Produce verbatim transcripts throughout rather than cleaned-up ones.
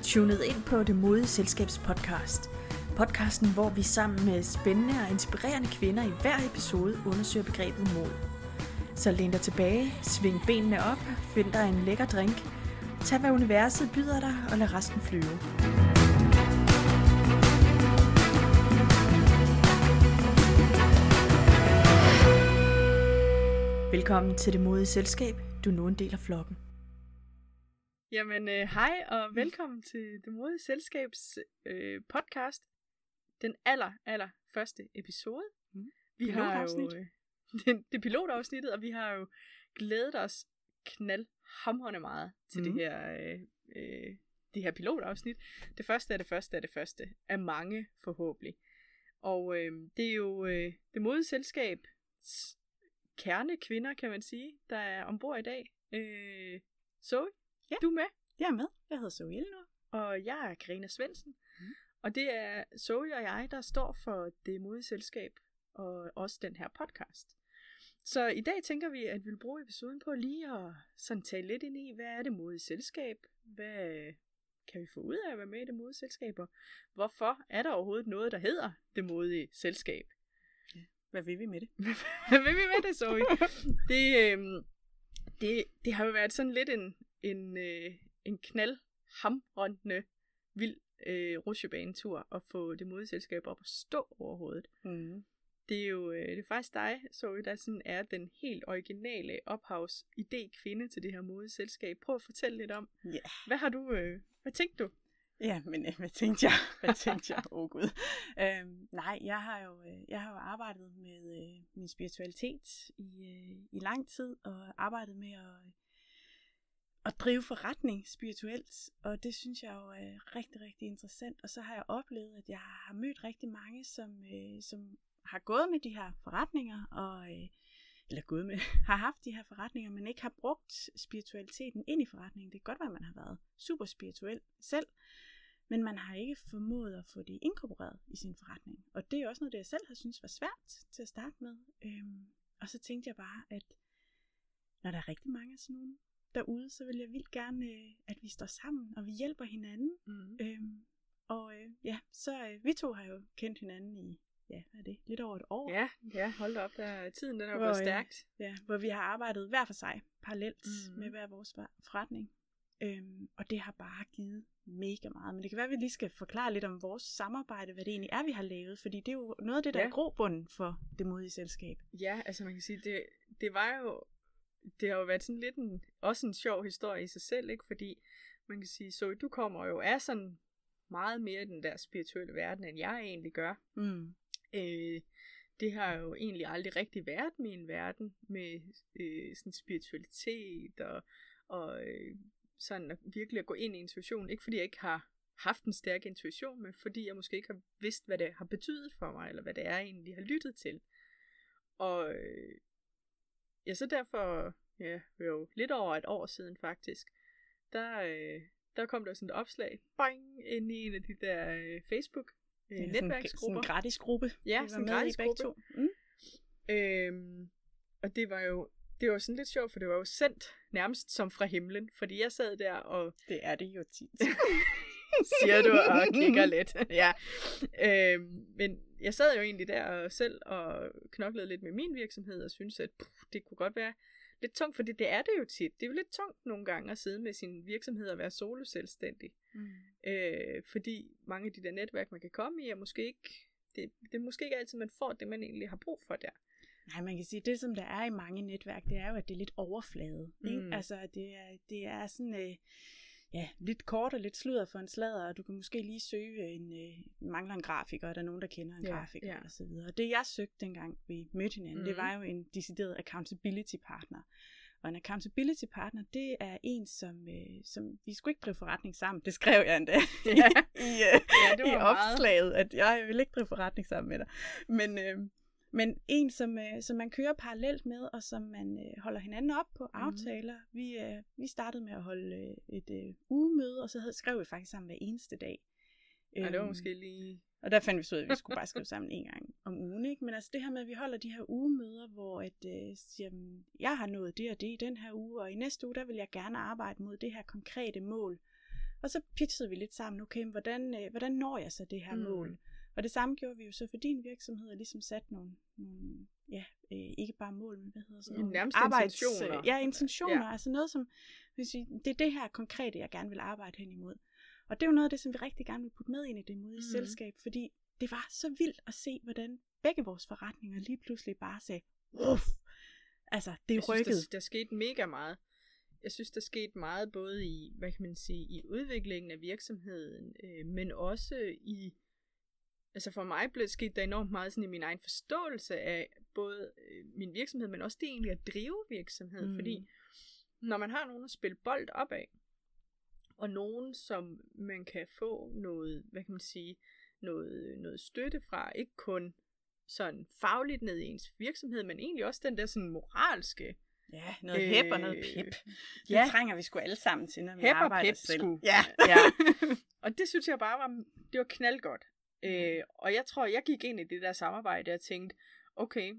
tunet ind på Det Modige Selskabs podcast. Podcasten, hvor vi sammen med spændende og inspirerende kvinder i hver episode undersøger begrebet mod. Så læn dig tilbage, sving benene op, find dig en lækker drink, tag hvad universet byder dig og lad resten flyve. Velkommen til Det Modige Selskab. Du er nu en del af flokken. Jamen, øh, hej og velkommen til Det Modige Selskabs øh, podcast. Den aller, aller første episode. Mm. Vi har jo øh, det, det pilotafsnittet, og vi har jo glædet os knaldhamrende meget til mm. det her øh, øh, det her pilotafsnit. Det første er det første er det første af mange forhåbentlig. Og øh, det er jo øh, Det Modige Selskabs kernekvinder, kan man sige, der er ombord i dag. Øh, Zoe, ja. Du er med? Jeg er med. Jeg hedder Zoe Elinor. Og jeg er Karina Svendsen. Mm. Og det er Zoe og jeg, der står for Det Modige Selskab, og også den her podcast. Så i dag tænker vi, at vi vil bruge episoden på lige at sådan tale lidt ind i, hvad er Det Modige Selskab? Hvad kan vi få ud af at være med i Det Modige Selskab? Og hvorfor er der overhovedet noget, der hedder Det Modige Selskab? Ja. Hvad vil vi med det? Hvad vil vi med det, Zoe? Det, øh, det, det har jo været sådan lidt en, en, øh, en knaldhamrende, vild øh, rutsjebanetur at få Det Modige Selskab op og stå overhovedet. Mm. Det er jo øh, det er faktisk dig, Zoe, der sådan er den helt originale ophavs-idé-kvinde til det her Modige Selskab. Prøv at fortælle lidt om, yeah. hvad har du, øh, hvad tænkte du? Ja, men hvad tænkte jeg? Hvad tænkte jeg? Åh oh, Gud. Øhm, nej, jeg har jo øh, jeg har jo arbejdet med øh, min spiritualitet i øh, i lang tid og arbejdet med at at drive forretning spirituelt, og det synes jeg jo er rigtig rigtig interessant. Og så har jeg oplevet, at jeg har mødt rigtig mange, som øh, som har gået med de her forretninger og øh, eller gået med har haft de her forretninger, men ikke har brugt spiritualiteten ind i forretningen. Det kan godt være, at man har været super spirituel selv, men man har ikke formået at få det inkorporeret i sin forretning. Og det er også noget, det jeg selv har synes var svært til at starte med. Øhm, og så tænkte jeg bare, at når der er rigtig mange af sådan nogle derude, så vil jeg vildt gerne, at vi står sammen, og vi hjælper hinanden. Mm. Øhm, og øh, ja, så øh, vi to har jo kendt hinanden i, ja, hvad er det, lidt over et år. Ja, ja, hold da op, der, tiden den er jo gået stærkt. Ja, hvor vi har arbejdet hver for sig, parallelt mm. med hver vores forretning. Øhm, og det har bare givet mega meget. Men det kan være, at vi lige skal forklare lidt om vores samarbejde, hvad det egentlig er, vi har lavet. Fordi det er jo noget af det, der ja. er grobunden for Det Modige Selskab. Ja, altså man kan sige, det, det var jo, det har jo været sådan lidt en, også en sjov historie i sig selv, ikke? Fordi man kan sige, så du kommer jo af sådan meget mere i den der spirituelle verden, end jeg egentlig gør. Mm. Øh, det har jo egentlig aldrig rigtig været min verden med øh, sådan spiritualitet og, og øh, sådan at virkelig at gå ind i intuition. Ikke fordi jeg ikke har haft en stærk intuition, men fordi jeg måske ikke har vidst, hvad det har betydet for mig, eller hvad det er, jeg egentlig har lyttet til. Og øh, ja, så derfor, ja, jo lidt over et år siden faktisk, der, øh, der kom der sådan et opslag, bang, ind i en af de der øh, Facebook øh, ja, netværksgrupper. Sådan en gratis gruppe. Ja, sådan en gratis gruppe. Mm. Øhm, og det var jo Det var sådan lidt sjovt, for det var jo sendt nærmest som fra himlen, fordi jeg sad der og... Det er det jo tit. siger du og kigger lidt. Ja. Øhm, men jeg sad jo egentlig der og selv og knoklede lidt med min virksomhed og syntes, at puh, det kunne godt være lidt tungt, fordi det er det jo tit. Det er jo lidt tungt nogle gange at sidde med sin virksomhed og være solo selvstændig. Mm. Øh, fordi mange af de der netværk, man kan komme i, er måske ikke... Det, det er måske ikke altid, man får det, man egentlig har brug for der. Nej, man kan sige, det som der er i mange netværk, det er jo, at det er lidt overflade. Ikke? Mm. Altså, det er, det er sådan øh, ja, lidt kort og lidt sludder for en sladder, og du kan måske lige søge en, øh, mangler en grafiker, og der er nogen, der kender en ja, grafiker, ja. og så videre. Og det jeg søgte dengang, vi mødte hinanden, mm. det var jo en decideret accountability partner. Og en accountability partner, det er en, som, øh, som vi skulle ikke drive forretning sammen. Det skrev jeg endda ja. i, øh, ja, i opslaget, at jeg vil ikke drive forretning sammen med dig. Men... Øh, Men en, som, øh, som man kører parallelt med, og som man øh, holder hinanden op på aftaler. Mm. Vi, øh, vi startede med at holde øh, et øh, ugemøde, og så havde, skrev vi faktisk sammen hver eneste dag. Ja, det var måske lige... Og der fandt vi så ud af, at vi skulle bare skrive sammen en gang om ugen. Ikke? Men altså det her med, at vi holder de her ugemøder, hvor at, øh, siger, jeg har nået det og det i den her uge, og i næste uge, der vil jeg gerne arbejde mod det her konkrete mål. Og så pitchede vi lidt sammen, okay, hvordan, øh, hvordan når jeg så det her Mm. mål? Og det samme gjorde vi jo så for din virksomhed, og ligesom sat nogle, nogle ja, øh, ikke bare mål, men hvad hedder sådan nogle Nærmest arbejds, intentioner. Øh, ja, intentioner, Ja. altså noget som, hvis vi, det er det her konkrete, jeg gerne vil arbejde hen imod. Og det er jo noget af det, som vi rigtig gerne vil putte med ind i det modige Mhm. selskab, fordi det var så vildt at se, hvordan begge vores forretninger lige pludselig bare sagde, uff, altså det Jeg rykkede. synes, der, der skete mega meget. Jeg synes, der skete meget både i, hvad kan man sige, i udviklingen af virksomheden, øh, men også i, altså for mig blev sket der enormt meget sådan i min egen forståelse af både øh, min virksomhed, men også det egentlig at drive virksomhed, Mm. fordi når man har nogen at spille bold op af, og nogen, som man kan få noget, hvad kan man sige, noget, noget støtte fra, ikke kun sådan fagligt ned i ens virksomhed, men egentlig også den der sådan moralske. Ja, noget hep og noget pip. Det ja. trænger vi sgu alle sammen til, når vi Hep og arbejder pep selv. sgu. Ja. ja. Og det synes jeg bare var, det var knaldgodt. Øh, og jeg tror, jeg gik ind i det der samarbejde og tænkte, okay,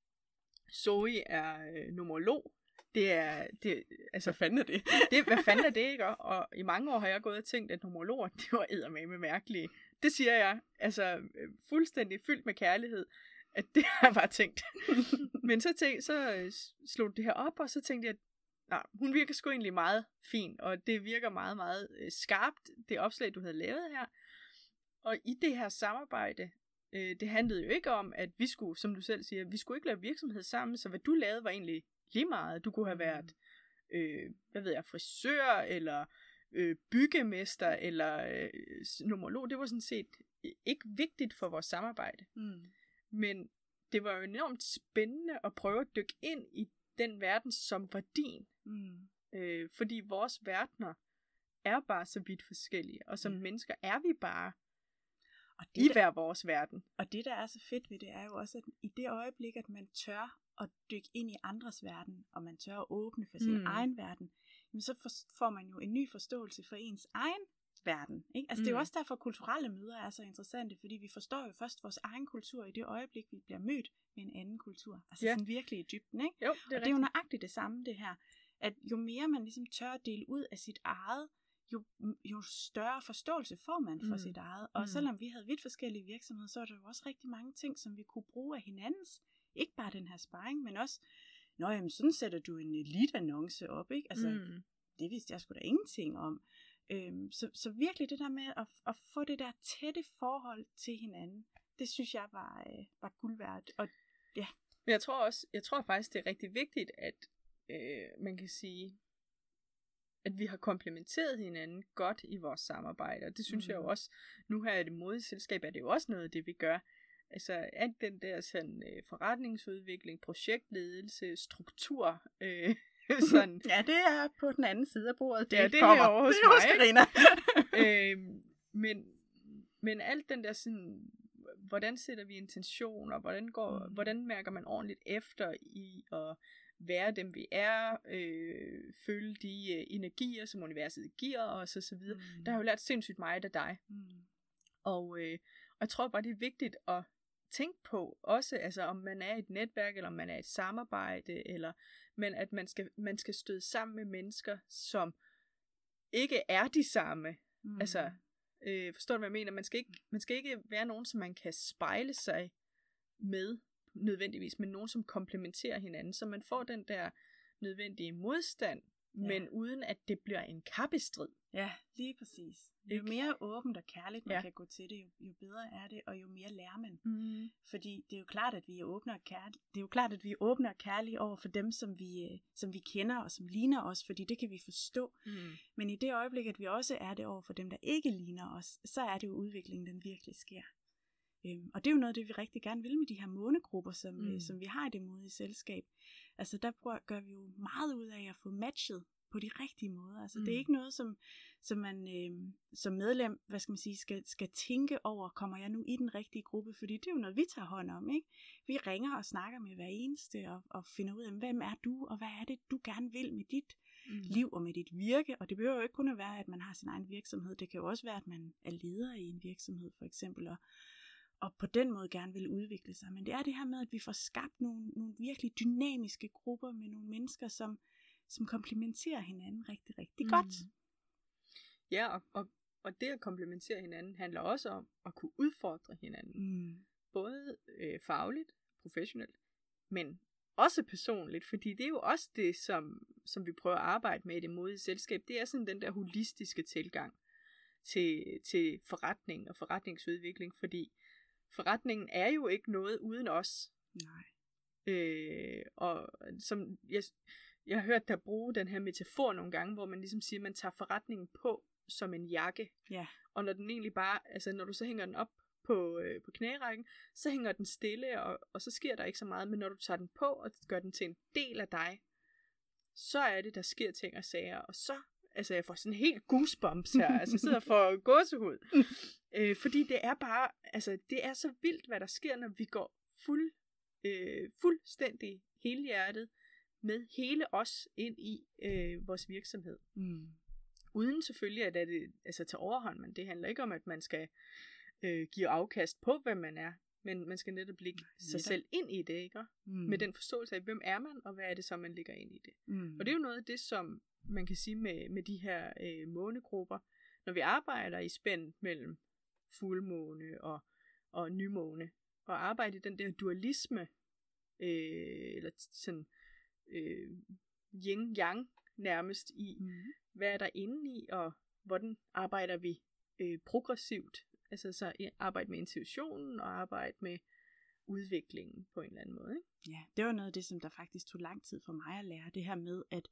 Zoe er øh, numerolog. Det er, det, altså, Hvad fanden er det? det, hvad fanden er det, ikke? Og, og i mange år har jeg gået og tænkt, at numerologer, det var eddermame mærkelige. Det siger jeg, altså øh, fuldstændig fyldt med kærlighed, at det har jeg bare tænkt. Men så, tænkte, så øh, slog det her op, og så tænkte jeg, nej, hun virker sgu egentlig meget fin, og det virker meget, meget øh, skarpt, det opslag, du havde lavet her. Og i det her samarbejde, øh, det handlede jo ikke om, at vi skulle, som du selv siger, vi skulle ikke lave virksomhed sammen, så hvad du lavede var egentlig lige meget. Du kunne have været, øh, hvad ved jeg, frisør, eller øh, byggemester, eller øh, numerolog. Det var sådan set ikke vigtigt for vores samarbejde. Mm. Men det var jo enormt spændende at prøve at dykke ind i den verden, som var din. Mm. Øh, fordi vores verdener er bare så vidt forskellige, og som Ja. mennesker er vi bare Og i det, der, hver vores verden. og det, der er så fedt ved det, er jo også, at i det øjeblik, at man tør at dykke ind i andres verden, og man tør at åbne for sin Mm. egen verden, jamen så for, får man jo en ny forståelse for ens egen verden. Ikke? Altså, mm. det er jo Mm. også derfor, kulturelle møder er så interessante, fordi vi forstår jo først vores egen kultur i det øjeblik, vi bliver mødt med en anden kultur. Altså Ja. sådan virkelig i dybden, ikke? Jo, det er Og det er jo nøjagtigt det samme, det her. At jo mere man ligesom tør at dele ud af sit eget, jo, jo større forståelse får man for Mm. sit eget. Og Mm. selvom vi havde vidt forskellige virksomheder, så er der jo også rigtig mange ting, som vi kunne bruge af hinandens. Ikke bare den her sparring, men også, nå jamen, sådan sætter du en elite-annonce op, ikke? Altså, Mm. det vidste jeg sgu da ingenting om. Øhm, så, så virkelig det der med at, at få det der tætte forhold til hinanden, det synes jeg var, øh, var guld værd. Og ja. Men jeg tror også, jeg tror faktisk, det er rigtig vigtigt, at øh, man kan sige, at vi har komplementeret hinanden godt i vores samarbejde. Og det synes mm. jeg jo også, nu her i det modige selskab, er det jo også noget af det, vi gør. Altså alt den der sådan, øh, forretningsudvikling, projektledelse, struktur, øh, sådan. Ja, det er på den anden side af bordet. Det, Ja, det er kommer. herovre hos det er hos mig, Carina. øh, men, men alt den der sådan, hvordan sætter vi intentioner, hvordan, går, Mm. hvordan mærker man ordentligt efter i at være dem vi er, øh, følge de øh, energier, som universet giver os og så videre. Mm. Der har jeg jo lært sindssygt meget af dig. Mm. Og, øh, og jeg tror bare, det er vigtigt at tænke på, også altså, om man er i et netværk, eller om man er i et samarbejde, eller, men at man skal, man skal støde sammen med mennesker, som ikke er de samme. Mm. Altså, øh, forstår du, hvad jeg mener? Man skal, ikke, man skal ikke være nogen, som man kan spejle sig med, nødvendigvis, men nogen, som komplementerer hinanden, så man får den der nødvendige modstand, Ja. men uden at det bliver en kappestrid. Ja, lige præcis. Jo Ikke? mere åbent og kærligt man Ja. kan gå til det, jo, jo bedre er det, og jo mere lærer man. Mm. Fordi det er jo klart, at vi er åbne og kærlige. Det er jo klart, at vi er åbne og kærlige over for dem, som vi, øh, som vi kender og som ligner os, fordi det kan vi forstå. Mm. Men i det øjeblik, at vi også er det over for dem, der ikke ligner os, så er det jo udviklingen, den virkelig sker. Øhm, og det er jo noget af det, vi rigtig gerne vil med de her månegrupper, som, Mm. øh, som vi har i det modige selskab. Altså der prøver, gør vi jo meget ud af at få matchet på de rigtige måder. Altså mm. det er Mm. ikke noget, som, som man øh, som medlem, hvad skal man sige, skal, skal tænke over, kommer jeg nu i den rigtige gruppe? Fordi det er jo noget, vi tager hånd om, ikke? Vi ringer og snakker med hver eneste, og, og finder ud af, hvem er du, og hvad er det, du gerne vil med dit Mm. liv og med dit virke. Og det behøver jo ikke kun at være, at man har sin egen virksomhed. Det kan jo også være, at man er leder i en virksomhed, for eksempel, og og på den måde gerne vil udvikle sig. Men det er det her med, at vi får skabt nogle, nogle virkelig dynamiske grupper med nogle mennesker, som, som komplementerer hinanden rigtig, rigtig Mm. godt. Ja, og, og, og det at komplementere hinanden handler også om at kunne udfordre hinanden. Mm. Både øh, fagligt, professionelt, men også personligt, fordi det er jo også det, som, som vi prøver at arbejde med i det modige selskab. Det er sådan den der holistiske tilgang til, til forretning og forretningsudvikling, fordi forretningen er jo ikke noget uden os. Nej. Øh, og som jeg, jeg har hørt dig bruge den her metafor nogle gange, hvor man ligesom siger, at man tager forretningen på som en jakke. Ja. Og når den egentlig bare, altså når du så hænger den op på, øh, på knærækken, så hænger den stille, og, og så sker der ikke så meget. Men når du tager den på og gør den til en del af dig, så er det, der sker ting og sager. Og så, altså jeg får sådan helt goosebumps her, altså jeg sidder for gåsehud. øh, fordi det er bare, altså det er så vildt, hvad der sker, når vi går fuld, øh, fuldstændig helhjertet med hele os ind i øh, vores virksomhed. Mm. Uden selvfølgelig at det altså til overhånd, men det handler ikke om, at man skal øh, give afkast på, hvem man er, men man skal netop lægge sig selv ind i det, ikke? Mm. Med den forståelse af, hvem er man, og hvad er det så, man lægger ind i det. Mm. Og det er jo noget af det, som man kan sige med, med de her øh, månegrupper, når vi arbejder i spænd mellem fuldmåne og, og nymåne, og arbejder i den der dualisme, øh, eller sådan øh, yin-yang nærmest i, mm. hvad er der inde i, og hvordan arbejder vi øh, progressivt, altså så arbejde med intuitionen, og arbejde med udviklingen på en eller anden måde, ikke? Ja, det var noget af det, som der faktisk tog lang tid for mig at lære, det her med, at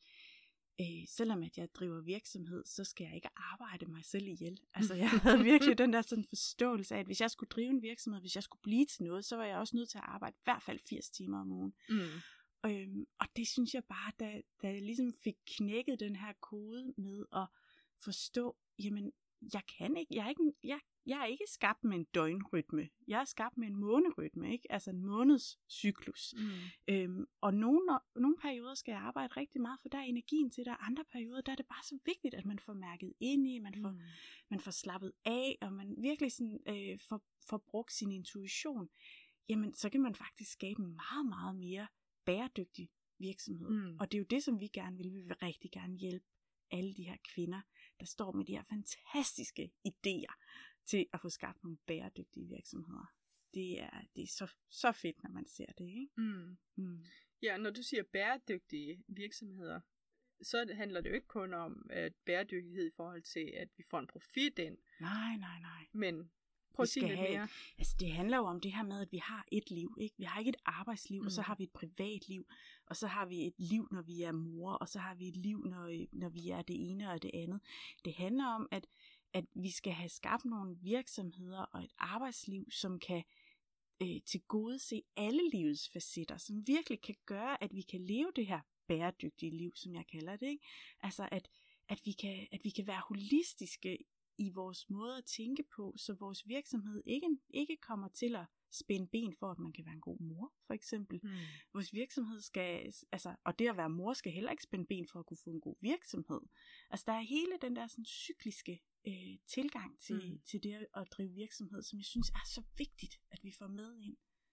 øh, selvom at jeg driver virksomhed, så skal jeg ikke arbejde mig selv ihjel. Altså jeg havde virkelig den der sådan forståelse af, at hvis jeg skulle drive en virksomhed, hvis jeg skulle blive til noget, så var jeg også nødt til at arbejde i hvert fald firs timer om ugen. Mm. Øhm, og det synes jeg bare, da, da jeg ligesom fik knækket den her kode med at forstå, jamen jeg kan ikke, jeg er ikke, jeg, jeg er ikke skabt med en døgnrytme, jeg er skabt med en månerytme, ikke? Altså en månedscyklus. Mm. Øhm, og nogle, nogle perioder skal jeg arbejde rigtig meget, for der er energien til, der er andre perioder, der er det bare så vigtigt, at man får mærket ind i, man får, mm. man får slappet af, og man virkelig sådan, øh, får, får brugt sin intuition. Jamen så kan man faktisk skabe en meget, meget mere bæredygtig virksomhed. Mm. Og det er jo det, som vi gerne vil. Vi vil rigtig gerne hjælpe alle de her kvinder, der står med de her fantastiske idéer til at få skabt nogle bæredygtige virksomheder. Det er, det er så, så fedt, når man ser det, ikke? Mm. Mm. Ja, når du siger bæredygtige virksomheder, så handler det jo ikke kun om at bæredygtighed i forhold til, at vi får en profit ind. Nej, nej, nej. Men prøv at sige lidt have, mere. Altså det handler jo om det her med, at vi har et liv, ikke? Vi har ikke et arbejdsliv, mm. og så har vi et privatliv, og så har vi et liv, når vi er mor, og så har vi et liv, når, når vi er det ene og det andet. Det handler om, at, at vi skal have skabt nogle virksomheder og et arbejdsliv, som kan øh, tilgodese alle livets facetter, som virkelig kan gøre, at vi kan leve det her bæredygtige liv, som jeg kalder det, ikke? Altså at, at, vi kan, at vi kan være holistiske i vores måde at tænke på, så vores virksomhed ikke, ikke kommer til at spænde ben for, at man kan være en god mor, for eksempel. Mm. Vores virksomhed skal, altså, og det at være mor skal heller ikke spænde ben for at kunne få en god virksomhed. Altså der er hele den der sådan cykliske øh, tilgang til, mm. til det at drive virksomhed, som jeg synes er så vigtigt, at vi får med ind.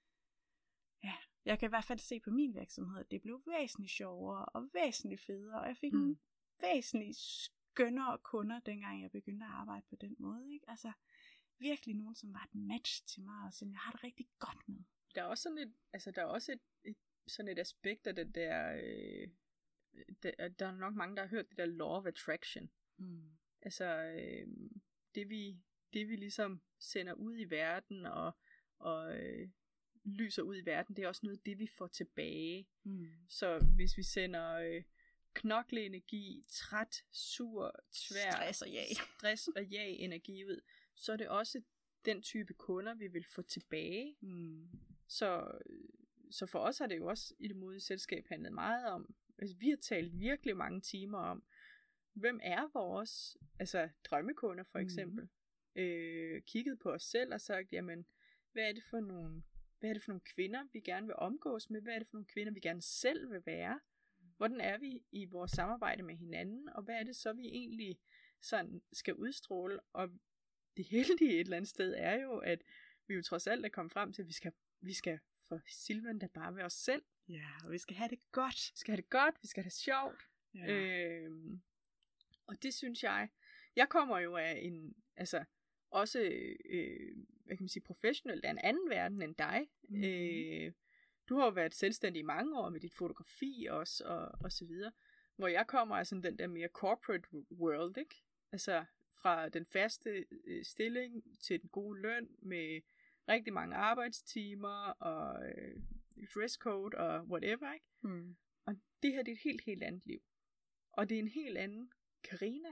Ja, jeg kan i hvert fald se på min virksomhed, at det blev væsentligt sjovere og væsentligt federe, og jeg fik mm. en væsentligt skønnere kunder, dengang jeg begyndte at arbejde på den måde, ikke? Altså virkelig nogen, som var et match til mig, og som jeg har det rigtig godt med. Der er også sådan et, altså der er også et, et sådan et aspekt af det der, øh, der, der er nok mange, der har hørt det der law of attraction. Mm. Altså øh, det vi, det vi ligesom sender ud i verden, og, og øh, lyser ud i verden, det er også noget af det, vi får tilbage. Mm. Så hvis vi sender øh, knokleenergi, træt, sur, tvær, stress og jag, stress og jag energi ud, så er det også den type kunder, vi vil få tilbage. Mm. Så, så for os har det jo også i det modige selskab handlet meget om, altså vi har talt virkelig mange timer om, hvem er vores altså drømmekunder for eksempel. Mm. Øh, kigget på os selv og sagt, jamen, hvad er det for nogle, hvad er det for nogle kvinder, vi gerne vil omgås med? Hvad er det for nogle kvinder, vi gerne selv vil være? Hvordan er vi i vores samarbejde med hinanden? Og hvad er det så, vi egentlig sådan skal udstråle? Og det heldige et eller andet sted er jo, at vi jo trods alt er kommet frem til, at vi skal, vi skal for Silvan da bare være os selv. Ja, og vi skal have det godt. Vi skal have det godt, vi skal have det sjovt. Ja. Øhm, og det synes jeg, jeg kommer jo af en, altså, også, øh, hvad kan man sige, professionelt af en anden verden end dig. Mm. Øh, du har jo været selvstændig i mange år med dit fotografi også, og, og så videre. Hvor jeg kommer af sådan den der mere corporate world, ikke? Altså, fra den faste øh, stilling til den gode løn med rigtig mange arbejdstimer og øh, dresscode og whatever, ikke? Mm. Og det her, det er et helt, helt andet liv. Og det er en helt anden Karina.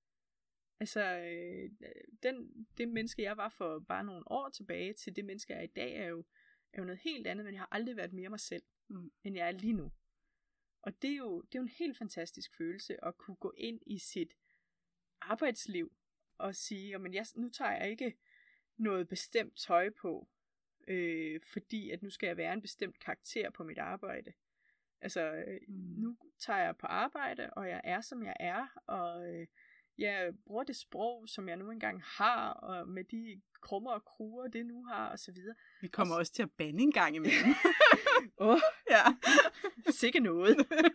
Altså, øh, den, det menneske, jeg var for bare nogle år tilbage, til det menneske, jeg er i dag, er jo, er jo noget helt andet, men jeg har aldrig været mere mig selv, mm. end jeg er lige nu. Og det er, jo, det er jo en helt fantastisk følelse, at kunne gå ind i sit arbejdsliv, og sige, jamen jeg, nu tager jeg ikke noget bestemt tøj på, øh, fordi at nu skal jeg være en bestemt karakter på mit arbejde. Altså, mm. nu tager jeg på arbejde, og jeg er, som jeg er, og øh, jeg bruger det sprog, som jeg nu engang har, og med de krummer og kruer, det nu har, og så videre. Vi kommer og, også til at bande en gang imellem. Åh, oh, ja. Sikke noget.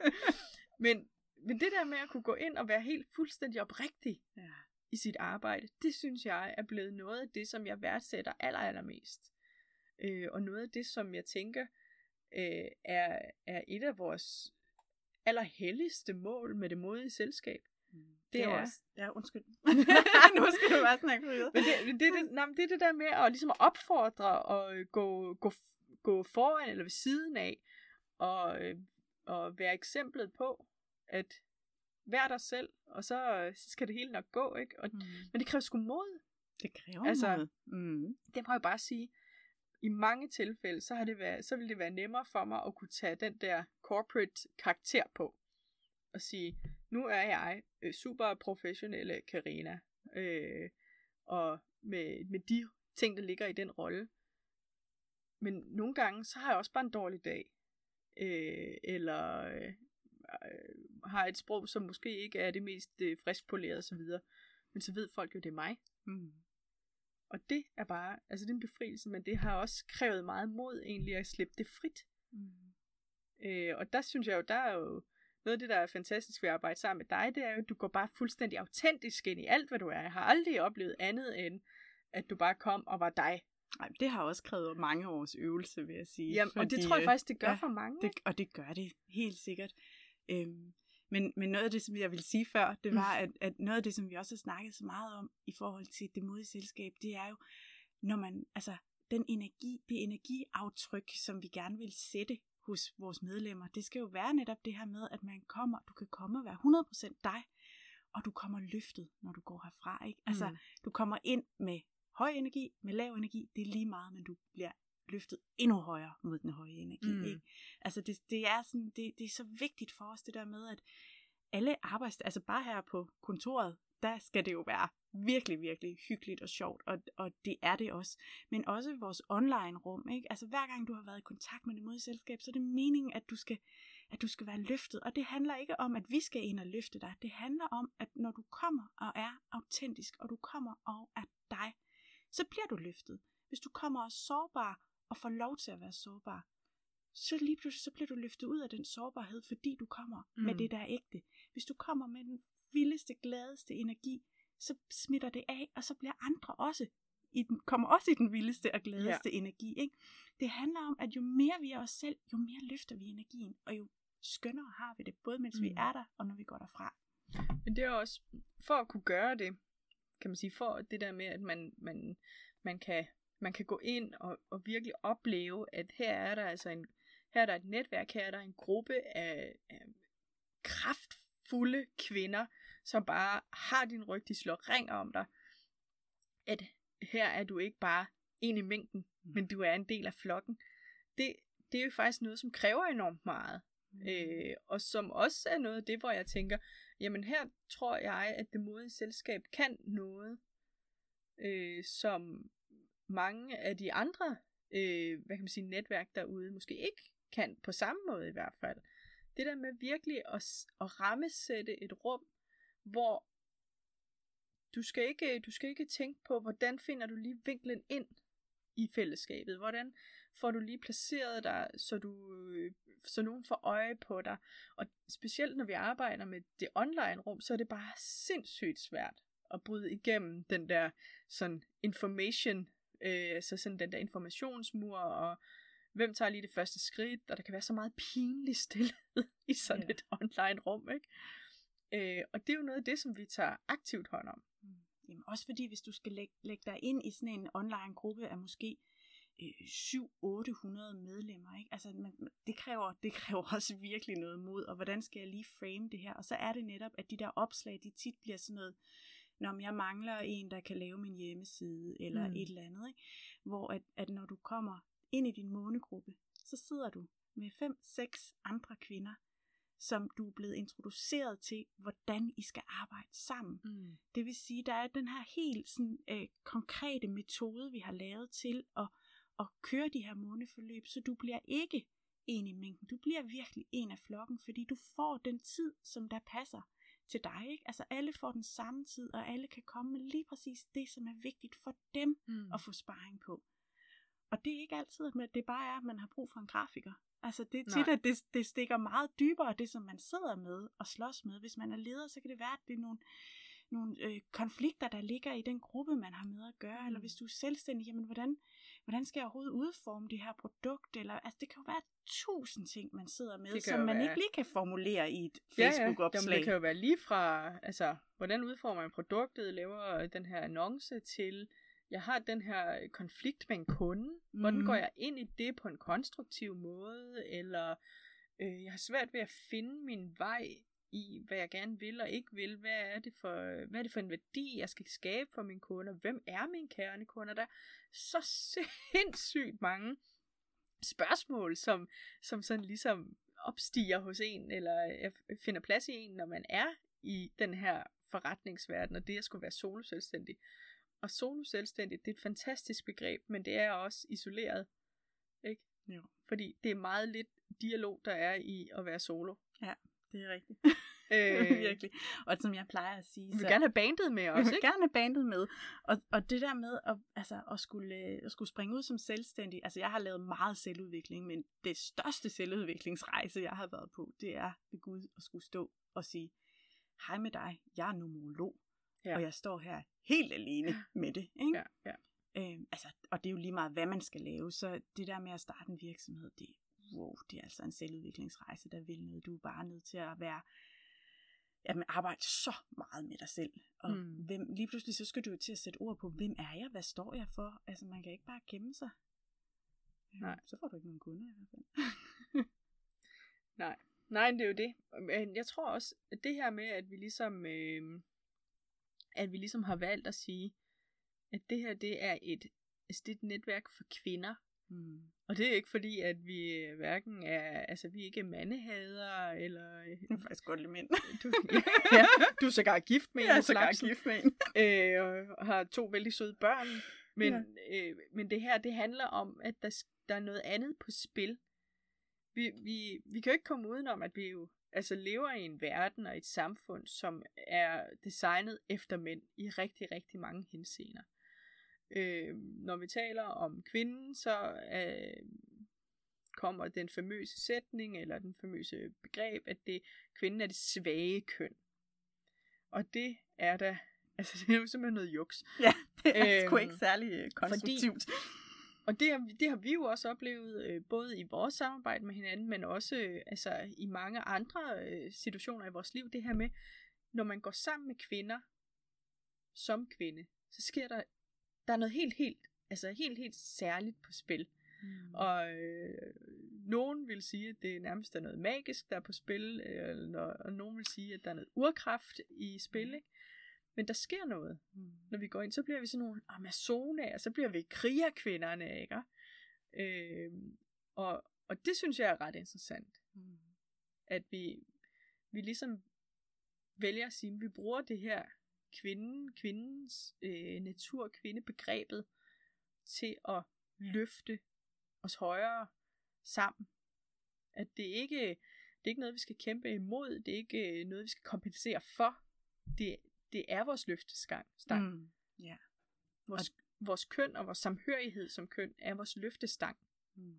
men, men det der med at kunne gå ind og være helt fuldstændig oprigtig ja. i sit arbejde, det synes jeg er blevet noget af det, som jeg værdsætter aller, allermest. Øh, og noget af det, som jeg tænker, øh, er, er et af vores allerhelligste mål med det modige selskab. Mm. Det er også... Ja, undskyld. Nu skal du bare snakke videre. Men det, det, det, nej, det er det der med at, ligesom at opfordre og gå, gå, gå foran eller ved siden af, og, og være eksemplet på, at vær dig selv, og så, så skal det hele nok gå, ikke? Og, mm. Men det kræver sgu mod. Det kræver altså, mod. Mm. Det må jeg bare sige. I mange tilfælde, så, har det været, så vil det være nemmere for mig at kunne tage den der corporate karakter på, og sige, nu er jeg øh, super professionelle Karina, øh, og med, med de ting, der ligger i den rolle. Men nogle gange, så har jeg også bare en dårlig dag, øh, eller øh, har et sprog, som måske ikke er det mest øh, friskpolerede osv., men så ved folk jo, det er mig. Mm. Og det er bare, altså det er en befrielse, men det har også krævet meget mod egentlig at slippe det frit. Mm. Øh, og der synes jeg jo, der er jo noget af det, der er fantastisk ved at arbejde sammen med dig, det er jo, at du går bare fuldstændig autentisk ind i alt, hvad du er. Jeg har aldrig oplevet andet end, at du bare kom og var dig. Nej, det har også krævet mange års øvelse, vil jeg sige. Jamen, fordi, og det tror jeg faktisk, det gør ja, for mange. Det, og det gør det, helt sikkert. Øhm, men, men noget af det, som jeg ville sige før, det var, at, at noget af det, som vi også har snakket så meget om, i forhold til det modige selskab, det er jo, når man, altså, den energi, det energiaftryk, som vi gerne vil sætte hos vores medlemmer, det skal jo være netop det her med, at man kommer, du kan komme og være hundrede procent dig, og du kommer løftet, når du går herfra, ikke? Altså, mm. du kommer ind med høj energi, med lav energi, det er lige meget, men du bliver løftet endnu højere mod den høje energi, mm. ikke? Altså, det, det er sådan, det, det er så vigtigt for os, det der med, at alle arbejds, altså bare her på kontoret, der skal det jo være virkelig, virkelig hyggeligt og sjovt, og, og det er det også. Men også vores online rum, ikke? Altså hver gang du har været i kontakt med det modige selskab, så er det meningen, at du skal, at du skal være løftet. Og det handler ikke om, at vi skal ind og løfte dig. Det handler om, at når du kommer og er autentisk, og du kommer og er dig, så bliver du løftet. Hvis du kommer og er sårbar, og får lov til at være sårbar, så lige pludselig så bliver du løftet ud af den sårbarhed, fordi du kommer mm. med det, der er ægte. Hvis du kommer med den vildeste, gladeste energi, så smitter det af, og så bliver andre også i den, kommer også i den vildeste og gladeste ja. energi. Ikke? Det handler om, at jo mere vi er os selv, jo mere løfter vi energien, og jo skønnere har vi det, både mens mm. vi er der, og når vi går derfra. Men det er også, for at kunne gøre det, kan man sige, for det der med, at man, man, man, kan, man kan gå ind og, og virkelig opleve, at her er der altså en, her er der et netværk, her er der en gruppe af, af kraftfulde kvinder, som bare har din ryg, de slår ring om dig, at her er du ikke bare en i mængden, mm. men du er en del af flokken. Det, det er jo faktisk noget, som kræver enormt meget. Mm. Øh, og som også er noget af det, hvor jeg tænker, jamen her tror jeg, at det modige selskab kan noget, øh, som mange af de andre øh, hvad kan man sige, netværk derude måske ikke kan, på samme måde i hvert fald. Det der med virkelig at, at rammesætte et rum, hvor du skal ikke, du skal ikke tænke på, hvordan finder du lige vinklen ind i fællesskabet. Hvordan får du lige placeret dig, så, du, så nogen får øje på dig. Og specielt når vi arbejder med det online rum, så er det bare sindssygt svært at bryde igennem den der sådan information, øh, så sådan den der informationsmur, og hvem tager lige det første skridt, og der kan være så meget pinlig stillhed i sådan yeah. et online rum, ikke? Øh, og det er jo noget af det, som vi tager aktivt hånd om. Mm. Jamen, også fordi, hvis du skal lægge, lægge dig ind i sådan en online gruppe af måske øh, syv til otte hundrede medlemmer, ikke? Altså, man, det, kræver, det kræver også virkelig noget mod, og hvordan skal jeg lige frame det her? Og så er det netop, at de der opslag, de tit bliver sådan noget, når jeg mangler en, der kan lave min hjemmeside, eller mm. et eller andet, ikke? Hvor at, at når du kommer ind i din månegruppe, så sidder du med fem, seks andre kvinder, som du er blevet introduceret til, hvordan I skal arbejde sammen. Mm. Det vil sige, der er den her helt sådan, øh, konkrete metode, vi har lavet til at, at køre de her måneforløb, så du bliver ikke en i mængden. Du bliver virkelig en af flokken, fordi du får den tid, som der passer til dig. Ikke? Altså alle får den samme tid, og alle kan komme med lige præcis det, som er vigtigt for dem mm. at få sparring på. Og det er ikke altid, at det bare er, at man har brug for en grafiker. Altså det er tit, at det, det stikker meget dybere, det som man sidder med og slås med. Hvis man er leder, så kan det være, at det er nogle, nogle øh, konflikter, der ligger i den gruppe, man har med at gøre. Mm. Eller hvis du er selvstændig, jamen hvordan, hvordan skal jeg overhovedet udforme det her produkt? Eller, altså det kan jo være tusind ting, man sidder med, som man være... ikke lige kan formulere i et Facebook-opslag. Ja, ja. Det kan jo være lige fra, altså hvordan udformer man produktet, laver den her annonce til... Jeg har den her konflikt med en kunde. Hvordan mm. går jeg ind i det på en konstruktiv måde? Eller øh, jeg har svært ved at finde min vej i, hvad jeg gerne vil og ikke vil. Hvad er det for, hvad er det for en værdi, jeg skal skabe for mine kunder? Hvem er mine kernekunder? Der er så sindssygt mange spørgsmål, som, som sådan ligesom opstiger hos en, eller finder plads i en, når man er i den her forretningsverden, og det at skulle være solo-selvstændig. Og solo-selvstændig, det er et fantastisk begreb, men det er også isoleret, ikke? Jo. Fordi det er meget lidt dialog, der er i at være solo. Ja, det er rigtigt. Øh, Virkelig. Og som jeg plejer at sige... Vi vil så, gerne have bandet med os, ikke? Vi vil gerne have bandet med. Og, og det der med at, altså, at, skulle, at skulle springe ud som selvstændig, altså jeg har lavet meget selvudvikling, men det største selvudviklingsrejse, jeg har været på, det er ved Gud at skulle stå og sige, hej med dig, jeg er numerolog. Ja. Og jeg står her helt alene med det, ikke? Ja, ja. Øhm, altså, og det er jo lige meget, hvad man skal lave. Så det der med at starte en virksomhed, det, wow, det er altså en selvudviklingsrejse, der vil noget. Du er bare nødt til at være, jamen, arbejde så meget med dig selv. Og mm. hvem, lige pludselig så skal du til at sætte ord på, hvem er jeg? Hvad står jeg for? Altså, man kan ikke bare gemme sig. Nej. Så får du ikke nogen kunder i hvert fald. Nej. Nej, det er jo det. Men jeg tror også, at det her med, at vi ligesom... Øh... at vi ligesom har valgt at sige, at det her, det er et, det er et netværk for kvinder. Mm. Og det er ikke fordi, at vi hverken er, altså vi ikke er mandehadere, eller... Jeg er faktisk godt lide mænd. Du, ja, du er sågar gift med en. Jeg er sågar gift med en. Øh, og har to vældig søde børn. Men, ja. øh, men det her, det handler om, at der, der er noget andet på spil. Vi, vi, vi kan jo ikke komme udenom, at vi jo altså lever i en verden og et samfund, som er designet efter mænd i rigtig, rigtig mange henseender. Øh, når vi taler om kvinden, så øh, kommer den famøse sætning, eller den famøse begreb, at det, kvinden er det svage køn. Og det er da, altså det er jo simpelthen noget juks. Ja, det er øh, sgu ikke særlig konstruktivt. Fordi, og det har, det har vi jo også oplevet, øh, både i vores samarbejde med hinanden, men også øh, altså, i mange andre øh, situationer i vores liv. Det her med, når man går sammen med kvinder, som kvinde, så sker der, der er noget helt, helt, altså helt, helt særligt på spil. Mm. Og øh, nogen vil sige, at det nærmest er noget magisk, der er på spil, øh, og, og nogen vil sige, at der er noget urkraft i spil, mm. ikke? Men der sker noget, mm. når vi går ind, så bliver vi sådan nogle amazoner, og så bliver vi krigerkvinderne, ikke? Øh, og, og det synes jeg er ret interessant. Mm. At vi, vi ligesom vælger at sige, at vi bruger det her kvinden, kvindens øh, natur, kvindebegrebet til at løfte os højere sammen. At det ikke, det er ikke noget, vi skal kæmpe imod, det er ikke noget, vi skal kompensere for. Det Det er vores løftestang. Mm, yeah. vores, vores køn og vores samhørighed som køn er vores løftestang. Mm.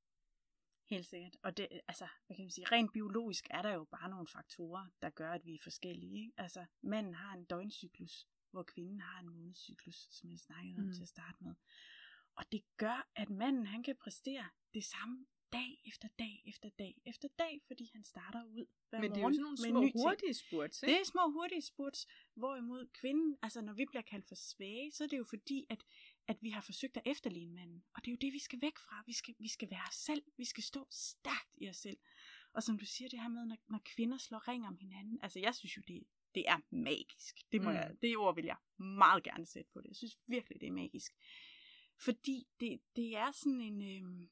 Helt sikkert. Og det, altså, hvad kan man sige, rent biologisk er der jo bare nogle faktorer, der gør, at vi er forskellige. Ikke? Altså, manden har en døgncyklus, hvor kvinden har en månedscyklus, som jeg snakkede om mm. til at starte med. Og det gør, at manden han kan præstere det samme dag efter dag efter dag efter dag, fordi han starter ud hver Men det er morgen jo sådan nogle små hurtige spurts, ikke? Det er små hurtige spurts, hvorimod kvinden, altså når vi bliver kaldt for svage, så er det jo fordi, at, at vi har forsøgt at efterligne manden. Og det er jo det, vi skal væk fra. Vi skal, vi skal være os selv. Vi skal stå stærkt i os selv. Og som du siger, det her med, når, når kvinder slår ring om hinanden, altså jeg synes jo, det, det er magisk. Det, må mm. jeg, det ord vil jeg meget gerne sætte på det. Jeg synes virkelig, det er magisk. Fordi det, det er sådan en... Øh,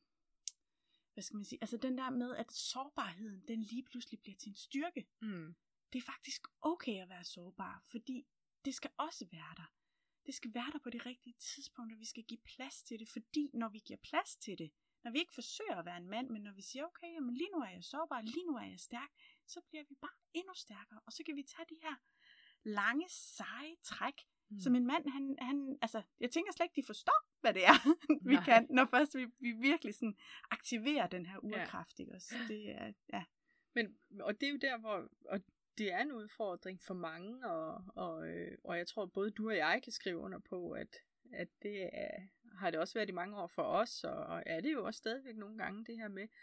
hvad skal man sige, altså den der med, at sårbarheden, den lige pludselig bliver til en styrke. Mm. Det er faktisk okay at være sårbar, fordi det skal også være der. Det skal være der på det rigtige tidspunkt, og vi skal give plads til det, fordi når vi giver plads til det, når vi ikke forsøger at være en mand, men når vi siger, okay, jamen lige nu er jeg sårbar, lige nu er jeg stærk, så bliver vi bare endnu stærkere, og så kan vi tage de her lange, seje træk, mm. som en mand, han, han, altså, jeg tænker slet ikke, de forstår, hvad det er, vi Nej. kan, når først vi, vi virkelig sådan aktiverer den her urkraft, ikke også? Det er, ja. Men, og det er jo der, hvor, og det er en udfordring for mange, og, og, øh, og jeg tror, både du og jeg kan skrive under på, at, at det er, har det også været i mange år for os, og er det jo også stadigvæk nogle gange det her med,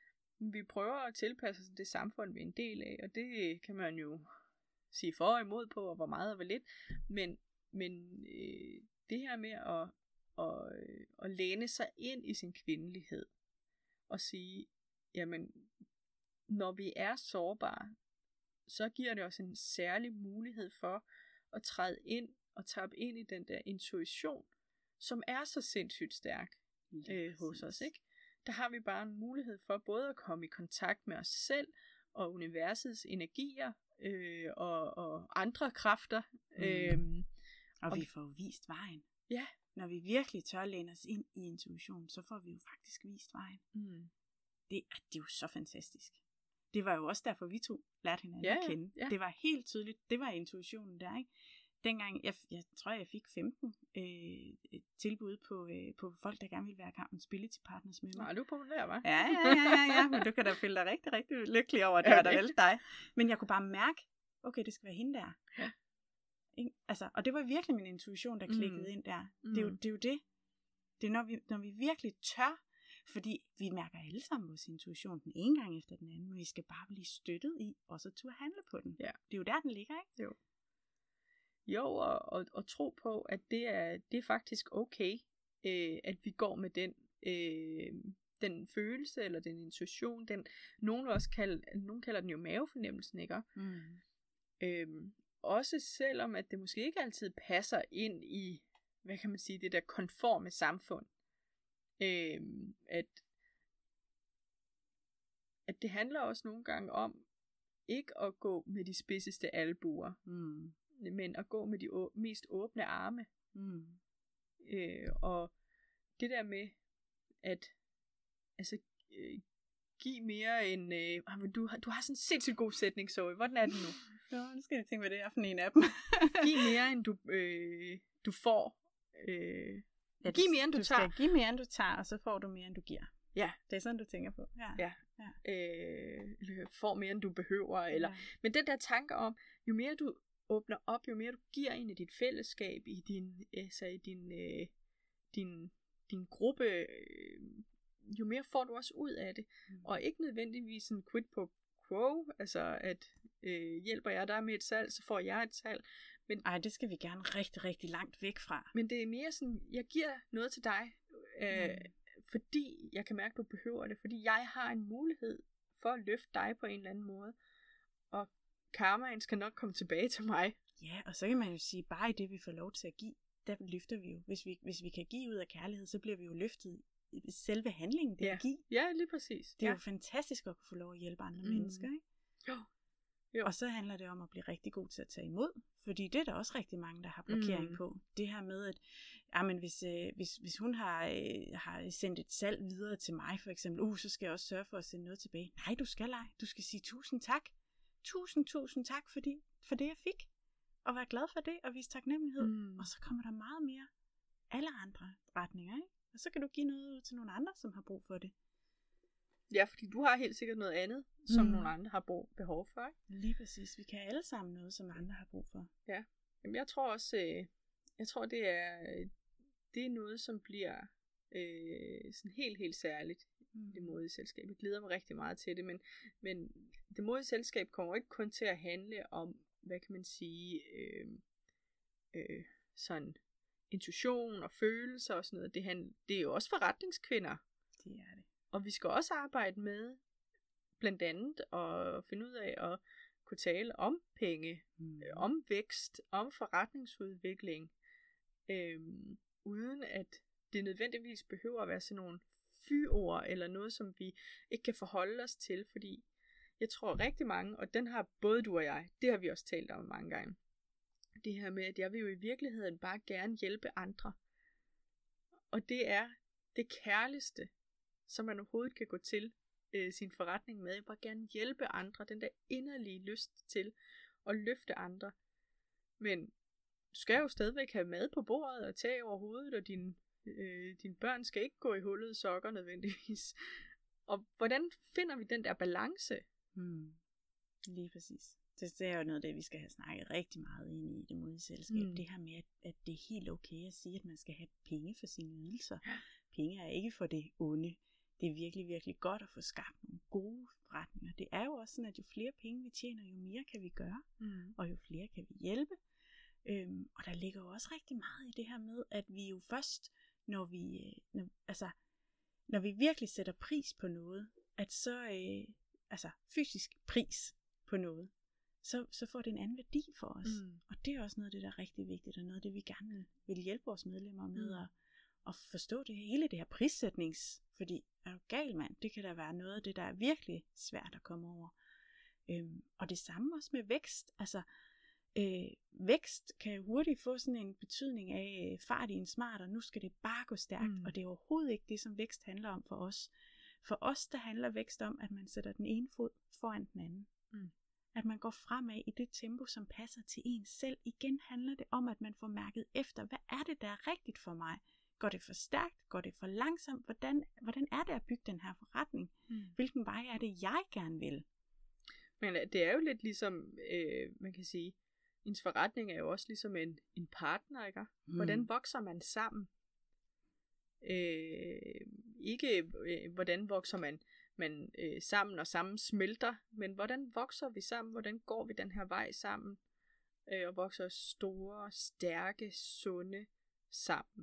vi prøver at tilpasse os det samfund, vi er en del af, og det kan man jo sige for og imod på, og hvor meget og hvor lidt, men, men øh, det her med at, at, at læne sig ind i sin kvindelighed, og sige, jamen, når vi er sårbare, så giver det os en særlig mulighed for at træde ind og tappe ind i den der intuition, som er så sindssygt stærk øh, hos os, ikke? Der har vi bare en mulighed for både at komme i kontakt med os selv og universets energier øh, og, og andre kræfter. Mm. Øhm, og, og vi får vist vejen. Ja. Når vi virkelig tør læne os ind i intuition, så får vi jo faktisk vist vejen. Mm. Det, det er jo så fantastisk. Det var jo også derfor, vi to lærte hinanden ja, at kende. Ja. Det var helt tydeligt. Det var intuitionen der, ikke? Dengang, jeg, jeg tror, jeg fik femten øh, tilbud på, øh, på folk, der gerne ville være accountability partners med mig. Nej, du er populær, hva'? Ja, ja, ja, ja, ja. Men du kan da føle dig rigtig, rigtig lykkelig over, at det ja, var der vel dig. Men jeg kunne bare mærke, okay, det skal være hende der. Ja. Ikke? Altså, og det var virkelig min intuition, der klikkede mm. ind der. Mm. Det, er jo, det er jo det. Det er, når vi, når vi virkelig tør. Fordi vi mærker alle sammen vores intuition den ene gang efter den anden, men vi skal bare blive støttet i, og så turde handle på den. Ja. Det er jo der, den ligger, ikke? Jo. Jo, og, og, og tro på, at det er, det er faktisk okay, øh, at vi går med den, øh, den følelse, eller den intuition, den, nogen også kalder, nogen kalder den jo mavefornemmelsen, ikke? Mm. Øhm, også selvom, at det måske ikke altid passer ind i, hvad kan man sige, det der konforme samfund. Øhm, at, at det handler også nogle gange om ikke at gå med de spidseste albuer, mm. men at gå med de å- mest åbne arme. Mm. Øh, og det der med at altså øh, give mere end øh, du, har, du har sådan en sindssygt god sætning, Zoe. Hvordan er det nu? Nå, nu skal jeg tænke, hvad det er for en af dem. Giv mere end du, øh, du får. Øh, Ja, giv mere, end du, du tager. Du skal give mere, end du tager, og så får du mere, end du giver. Ja. Det er sådan, du tænker på. Ja. Ja. ja. Øh, eller får mere, end du behøver. Eller. Ja. Men den der tanke om, jo mere du åbner op, jo mere du giver ind i dit fællesskab, i din, altså i din, øh, din, din gruppe, øh, jo mere får du også ud af det. Mm. Og ikke nødvendigvis en quid pro quo, altså at øh, hjælper jeg dig med et salg, så får jeg et salg. Men, Ej, det skal vi gerne rigtig, rigtig langt væk fra. Men det er mere sådan, jeg giver noget til dig, øh, mm. fordi jeg kan mærke, at du behøver det. Fordi jeg har en mulighed for at løfte dig på en eller anden måde. Og karmaen skal nok komme tilbage til mig. Ja, og så kan man jo sige, bare i det, vi får lov til at give, der løfter vi jo. Hvis vi, hvis vi kan give ud af kærlighed, så bliver vi jo løftet i selve handlingen, det ja. at give. Ja, lige præcis. Det er ja. jo fantastisk at kunne få lov at hjælpe andre mm. mennesker, ikke? Jo. Jo. Og så handler det om at blive rigtig god til at tage imod, fordi det er der også rigtig mange, der har blokering mm. på. Det her med, at jamen, hvis, øh, hvis, hvis hun har, øh, har sendt et salg videre til mig, for eksempel, uh, så skal jeg også sørge for at sende noget tilbage. Nej, du skal ej. Du skal sige tusind tak. Tusind, tusind tak fordi, for det, jeg fik. Og være glad for det, og vise taknemmelighed. Mm. Og så kommer der meget mere alle andre retninger, ikke? Og så kan du give noget ud til nogle andre, som har brug for det. Ja, fordi du har helt sikkert noget andet, som mm. nogle andre har brug, behov for, ikke? Lige præcis. Vi kan alle sammen noget, som andre har brug for. Ja. Jamen, jeg tror også, øh, jeg tror det er, det er noget, som bliver øh, sådan helt, helt særligt. Mm. Det modige selskab. Jeg glæder mig rigtig meget til det, men, men det modige selskab kommer ikke kun til at handle om, hvad kan man sige, øh, øh, sådan intuition og følelser og sådan noget. Det, han, det er jo også forretningskvinder. Det er det. Og vi skal også arbejde med blandt andet at finde ud af at kunne tale om penge, mm. øh, om vækst, om forretningsudvikling, øh, uden at det nødvendigvis behøver at være sådan nogle fyord eller noget, som vi ikke kan forholde os til, fordi jeg tror rigtig mange, og den har både du og jeg, det har vi også talt om mange gange, det her med, at jeg vil jo i virkeligheden bare gerne hjælpe andre. Og det er det kærligste, som man overhovedet kan gå til øh, sin forretning med. Jeg vil bare gerne hjælpe andre, den der inderlige lyst til at løfte andre. Men du skal jo stadigvæk have mad på bordet og tag over hovedet, og din Øh, dine børn skal ikke gå i hullede sokker nødvendigvis. Og hvordan finder vi den der balance? Hmm. Lige præcis. Det, det er jo noget af det, vi skal have snakket rigtig meget ind i det modige selskab. Mm. Det her med, at, at det er helt okay at sige, at man skal have penge for sine ydelser. Penge er ikke for det onde. Det er virkelig, virkelig godt at få skabt nogle gode forretninger. Det er jo også sådan, at jo flere penge vi tjener, jo mere kan vi gøre. Mm. Og jo flere kan vi hjælpe. Øhm, og der ligger jo også rigtig meget i det her med, at vi jo først, når vi, når, altså, når vi virkelig sætter pris på noget, at så, øh, altså fysisk pris på noget, så, så får det en anden værdi for os. Mm. Og det er også noget af det, der er rigtig vigtigt, og noget af det, vi gerne vil, vil hjælpe vores medlemmer med mm. at, at forstå det hele, det her prissætnings, fordi er du gal, mand, det kan da være noget af det, der er virkelig svært at komme over. Øhm, og det samme også med vækst, altså Øh, vækst kan jo hurtigt få sådan en betydning af øh, fart i en smart, og nu skal det bare gå stærkt, mm. og det er overhovedet ikke det, som vækst handler om for os. For os, der handler vækst om, at man sætter den ene fod foran den anden. Mm. At man går fremad i det tempo, som passer til en selv. Igen handler det om, at man får mærket efter, hvad er det, der er rigtigt for mig? Går det for stærkt? Går det for langsomt? Hvordan, hvordan er det at bygge den her forretning? Mm. Hvilken vej er det, jeg gerne vil? Men det er jo lidt ligesom, øh, man kan sige, ens forretning er jo også ligesom en, en partner, ikke? Hvordan vokser man sammen? Øh, ikke øh, hvordan vokser man, man øh, sammen og sammen smelter, men hvordan vokser vi sammen? Hvordan går vi den her vej sammen? Øh, og vokser store, stærke, sunde sammen.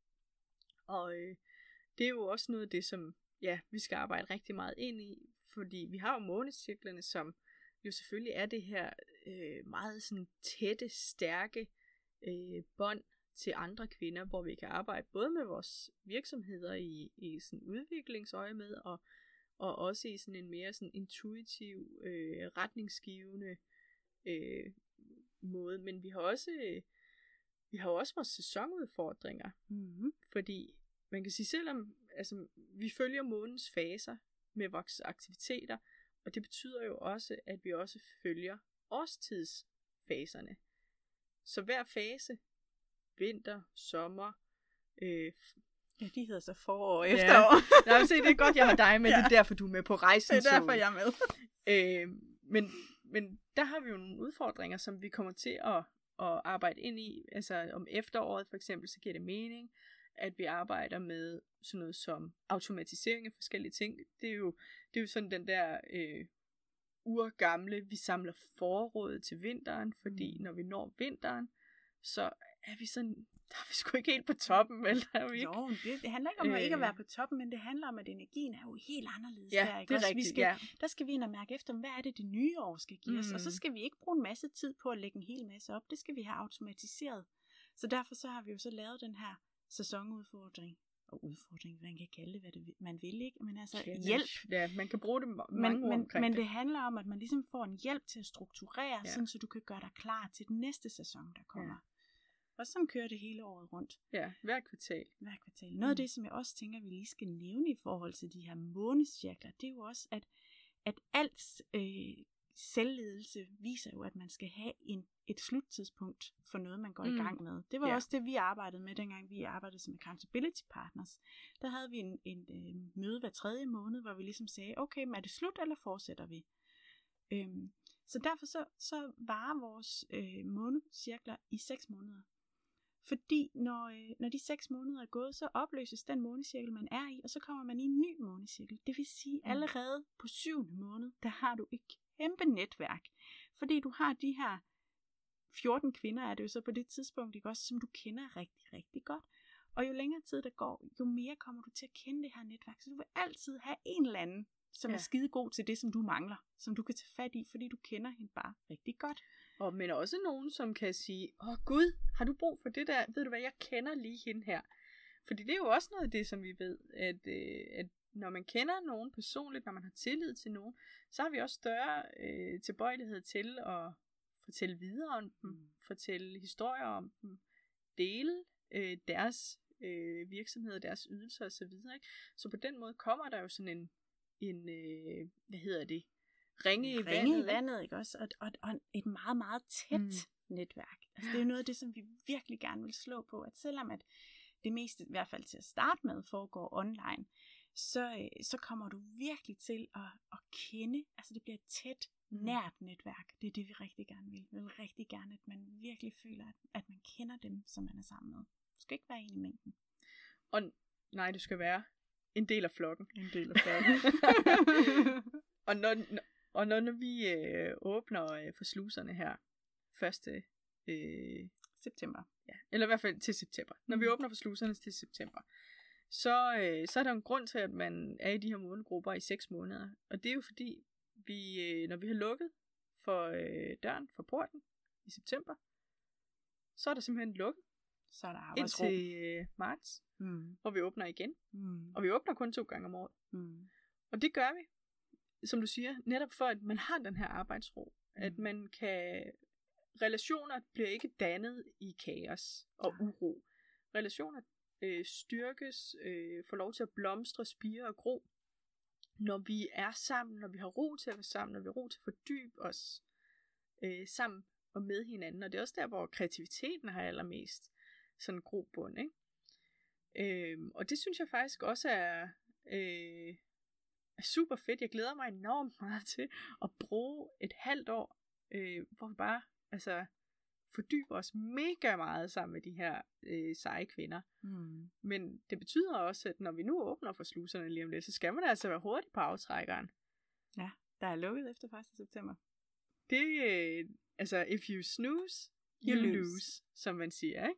Og øh, det er jo også noget af det, som ja, vi skal arbejde rigtig meget ind i, fordi vi har jo månedscirklerne, som jo selvfølgelig er det her øh, meget sådan tætte, stærke øh, bånd til andre kvinder, hvor vi kan arbejde både med vores virksomheder i, i sådan udviklingsøje med, og, og også i sådan en mere sådan intuitiv, øh, retningsgivende øh, måde. Men vi har også øh, vi har også vores sæsonudfordringer, mm-hmm. fordi man kan sige, selvom altså, vi følger månens faser med vores aktiviteter, og det betyder jo også, at vi også følger årstidsfaserne. Så hver fase, vinter, sommer, øh, ja, de hedder så forår og efterår. Ja, se, det er godt, jeg har dig med, ja. Det er derfor, du er med på rejsen. Det er derfor, jeg er med. øh, men, men der har vi jo nogle udfordringer, som vi kommer til at, at arbejde ind i. Altså om efteråret for eksempel, så giver det mening, at vi arbejder med sådan noget som automatisering af forskellige ting. Det er jo, det er jo sådan den der øh, urgamle, vi samler forråd til vinteren, fordi mm. når vi når vinteren, så er vi sådan, der er vi sgu ikke helt på toppen, vel? Der er vi ikke. Jo, det, det handler ikke om øh, at ikke at være på toppen, men det handler om, at energien er jo helt anderledes ja, der. Ikke? Det er også, rigtigt, vi skal, ja. Der skal vi ind og mærke efter, hvad er det, det nye år skal give os, mm. og så skal vi ikke bruge en masse tid på at lægge en hel masse op. Det skal vi have automatiseret. Så derfor så har vi jo så lavet den her sæsonudfordring. Og udfordring, man kan kalde det, hvad det, man vil, ikke? Men altså ja, hjælp. Ja, man kan bruge det mange men, ord men, omkring men det. det handler om, at man ligesom får en hjælp til at strukturere, ja. sådan så du kan gøre dig klar til den næste sæson, der kommer. Ja. Og sådan kører det hele året rundt. Ja, hver kvartal. Hver kvartal. Noget mm. af det, som jeg også tænker, vi lige skal nævne i forhold til de her månedscirkler, det er jo også, at, at alt øh, selvledelse viser jo, at man skal have en, et sluttidspunkt for noget, man går mm. i gang med. Det var ja. også det, vi arbejdede med, dengang vi arbejdede som accountability partners. Der havde vi en, en, en møde hver tredje måned, hvor vi ligesom sagde, okay, men er det slut, eller fortsætter vi? Øhm, Så derfor så, så varer vores øh, månecirkler i seks måneder. Fordi når, øh, når de seks måneder er gået, så opløses den månecirkel, man er i, og så kommer man i en ny månecirkel. Det vil sige, mm. allerede på syvende måned, der har du et kæmpe netværk. Fordi du har de her fjorten kvinder, er det jo så på det tidspunkt, ikke også, som du kender rigtig, rigtig godt. Og jo længere tid der går, jo mere kommer du til at kende det her netværk. Så du vil altid have en eller anden, som ja. er skide god til det, som du mangler. Som du kan tage fat i, fordi du kender hende bare rigtig godt. Og men også nogen, som kan sige, åh Gud, har du brug for det der? Ved du hvad, jeg kender lige hende her. Fordi det er jo også noget af det, som vi ved, at, øh, at når man kender nogen personligt, når man har tillid til nogen, så har vi også større øh, tilbøjelighed til at fortælle videre om dem, mm. fortælle historier om dem, dele øh, deres øh, virksomheder, deres ydelser osv. Så på den måde kommer der jo sådan en, en øh, hvad hedder det, ringe i vandet. Ringe i vandet, ikke også? Og, og, og et meget, meget tæt mm. netværk. Altså, det er jo noget af det, som vi virkelig gerne vil slå på, at selvom at det meste, i hvert fald til at starte med, foregår online, så, så kommer du virkelig til at, at kende, altså det bliver et tæt, nært netværk. Det er det, vi rigtig gerne vil. Vi vil rigtig gerne, at man virkelig føler, at, at man kender dem, som man er sammen med. Du skal ikke være en i mængden. Og nej, du skal være en del af flokken. En del af flokken. og når, og når, når vi øh, åbner øh, for sluserne her, første øh, september. Ja, eller i hvert fald til september. Når mm. vi åbner for sluserne til september, så, øh, så er der en grund til, at man er i de her månegrupper i seks måneder. Og det er jo fordi, vi, øh, når vi har lukket for øh, døren, for porten i september, så er der simpelthen lukket. Så er der arbejdsro. Indtil øh, marts, mm. hvor vi åbner igen. Mm. Og vi åbner kun to gange om året. Mm. Og det gør vi, som du siger, netop for, at man har den her arbejdsro. Mm. At man kan... Relationer bliver ikke dannet i kaos og uro. Relationer øh, styrkes, øh, får lov til at blomstre, spire og gro, når vi er sammen, når vi har ro til at være sammen, når vi har ro til at fordybe os øh, sammen og med hinanden. Og det er også der, hvor kreativiteten har allermest sådan en grobund, ikke? Øh, og det synes jeg faktisk også er, øh, er super fedt. Jeg glæder mig enormt meget til at bruge et halvt år, øh, hvor vi bare altså fordyber os mega meget sammen med de her øh, seje kvinder. Mm. Men det betyder også, at når vi nu åbner for sluserne lige om lidt, så skal man altså være hurtig på aftrækkeren. Ja, der er lukket efter første september. Det øh, altså, if you snooze, you, you lose. lose, som man siger,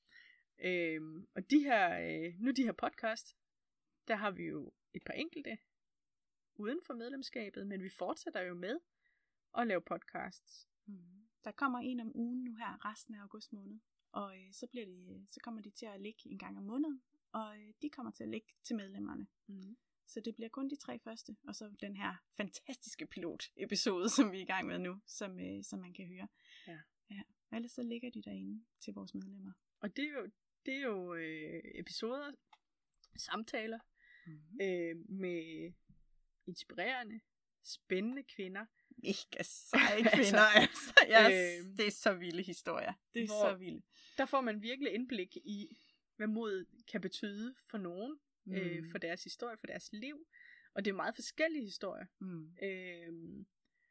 ikke? Øhm, og de her, øh, nu de her podcast, der har vi jo et par enkelte uden for medlemskabet, men vi fortsætter jo med at lave podcasts. Mm. Der kommer en om ugen nu her, resten af august måned, og øh, så, bliver de, så kommer de til at ligge en gang om måneden, og øh, de kommer til at ligge til medlemmerne. Mm. Så det bliver kun de tre første, og så den her fantastiske pilot-episode, som vi er i gang med nu, som, øh, som man kan høre. Ja. Ja. Ellers så ligger de derinde til vores medlemmer. Og det er jo, det er jo øh, episoder, samtaler mm. øh, med inspirerende, spændende kvinder, mega seje kvinder, altså. Yes, øh, det er så vilde historier. Det er så vilde. Der får man virkelig indblik i, hvad mod kan betyde for nogen, mm. øh, for deres historie, for deres liv. Og det er meget forskellige historier. Mm. Øh,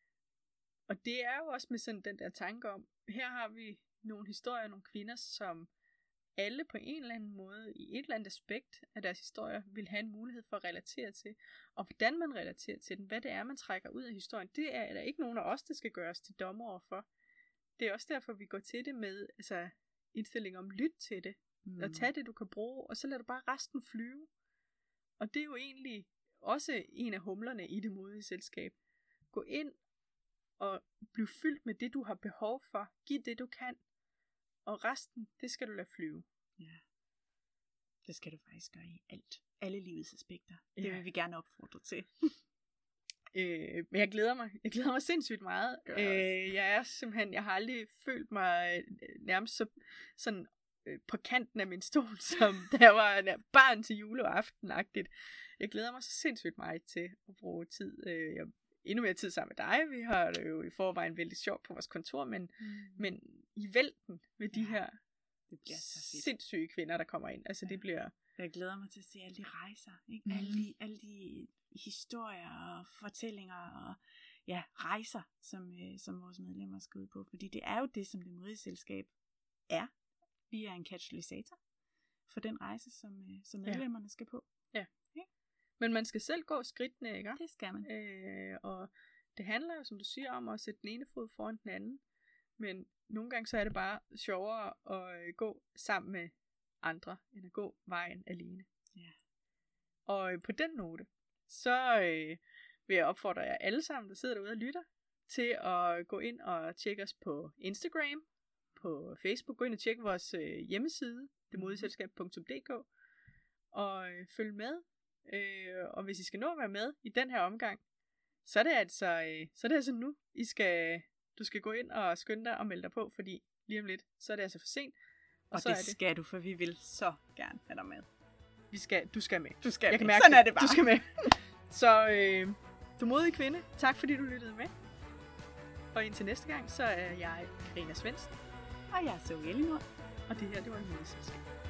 og det er jo også med sådan den der tanke om, her har vi nogle historier, nogle kvinder, som alle på en eller anden måde, i et eller andet aspekt af deres historier, vil have en mulighed for at relatere til. Og hvordan man relaterer til den, hvad det er, man trækker ud af historien, det er der ikke nogen af os, der skal gøre os til dommer overfor. Det er også derfor, vi går til det med altså, indstilling om lyt til det, mm. og tag det, du kan bruge, og så lad du bare resten flyve. Og det er jo egentlig også en af humlerne i det modige selskab. Gå ind og bliv fyldt med det, du har behov for. Giv det, du kan. Og resten, det skal du lade flyve. Ja. Det skal du faktisk gøre i alt. Alle livets aspekter. Det ja. vil vi gerne opfordre til. øh, men jeg glæder mig. Jeg glæder mig sindssygt meget. Øh, jeg er simpelthen, jeg har aldrig følt mig nærmest så, sådan øh, på kanten af min stol, som da jeg var barn til juleaften-agtigt. Jeg glæder mig så sindssygt meget til at bruge tid. Øh, jeg endnu mere tid sammen med dig. Vi har det jo i forvejen vældig sjovt på vores kontor, men, mm. men i vælten med de ja, her det bliver så sindssyge kvinder, der kommer ind. Altså ja. det bliver... Jeg glæder mig til at se alle de rejser, ikke? Mm. Alle, de, alle de historier og fortællinger, og ja, rejser, som, øh, som vores medlemmer skal ud på. Fordi det er jo det, som det modige selskab er. Vi er en katalysator for den rejse, som, øh, som medlemmerne ja. skal på. Ja. ja. Men man skal selv gå skridtene, ikke? Det skal man. Øh, og det handler jo, som du siger, om at sætte den ene fod foran den anden. Men nogle gange så er det bare sjovere at øh, gå sammen med andre, end at gå vejen alene. Ja. Og øh, på den note, så øh, vil jeg opfordre jer alle sammen, der sidder derude og lytter, til at gå ind og tjekke os på Instagram, på Facebook. Gå ind og tjekke vores øh, hjemmeside, det modige selskab punktum d k, og øh, følg med. Øh, og hvis I skal nå at være med i den her omgang, så er det altså, øh, så er det altså nu, I skal, du skal gå ind og skynde dig og melde dig på, fordi lige om lidt, så er det altså for sent. Og, og så det, det skal du, for vi vil så gerne have dig med. Vi skal, du skal med. Du skal Jeg med. Kan mærke, sådan er det bare. Du skal med. Så øh, du modige kvinde, tak fordi du lyttede med. Og indtil næste gang, så er jeg Karina Svendsen. Og jeg er Zoe Ellinor. Og det her, det var en modig selskab.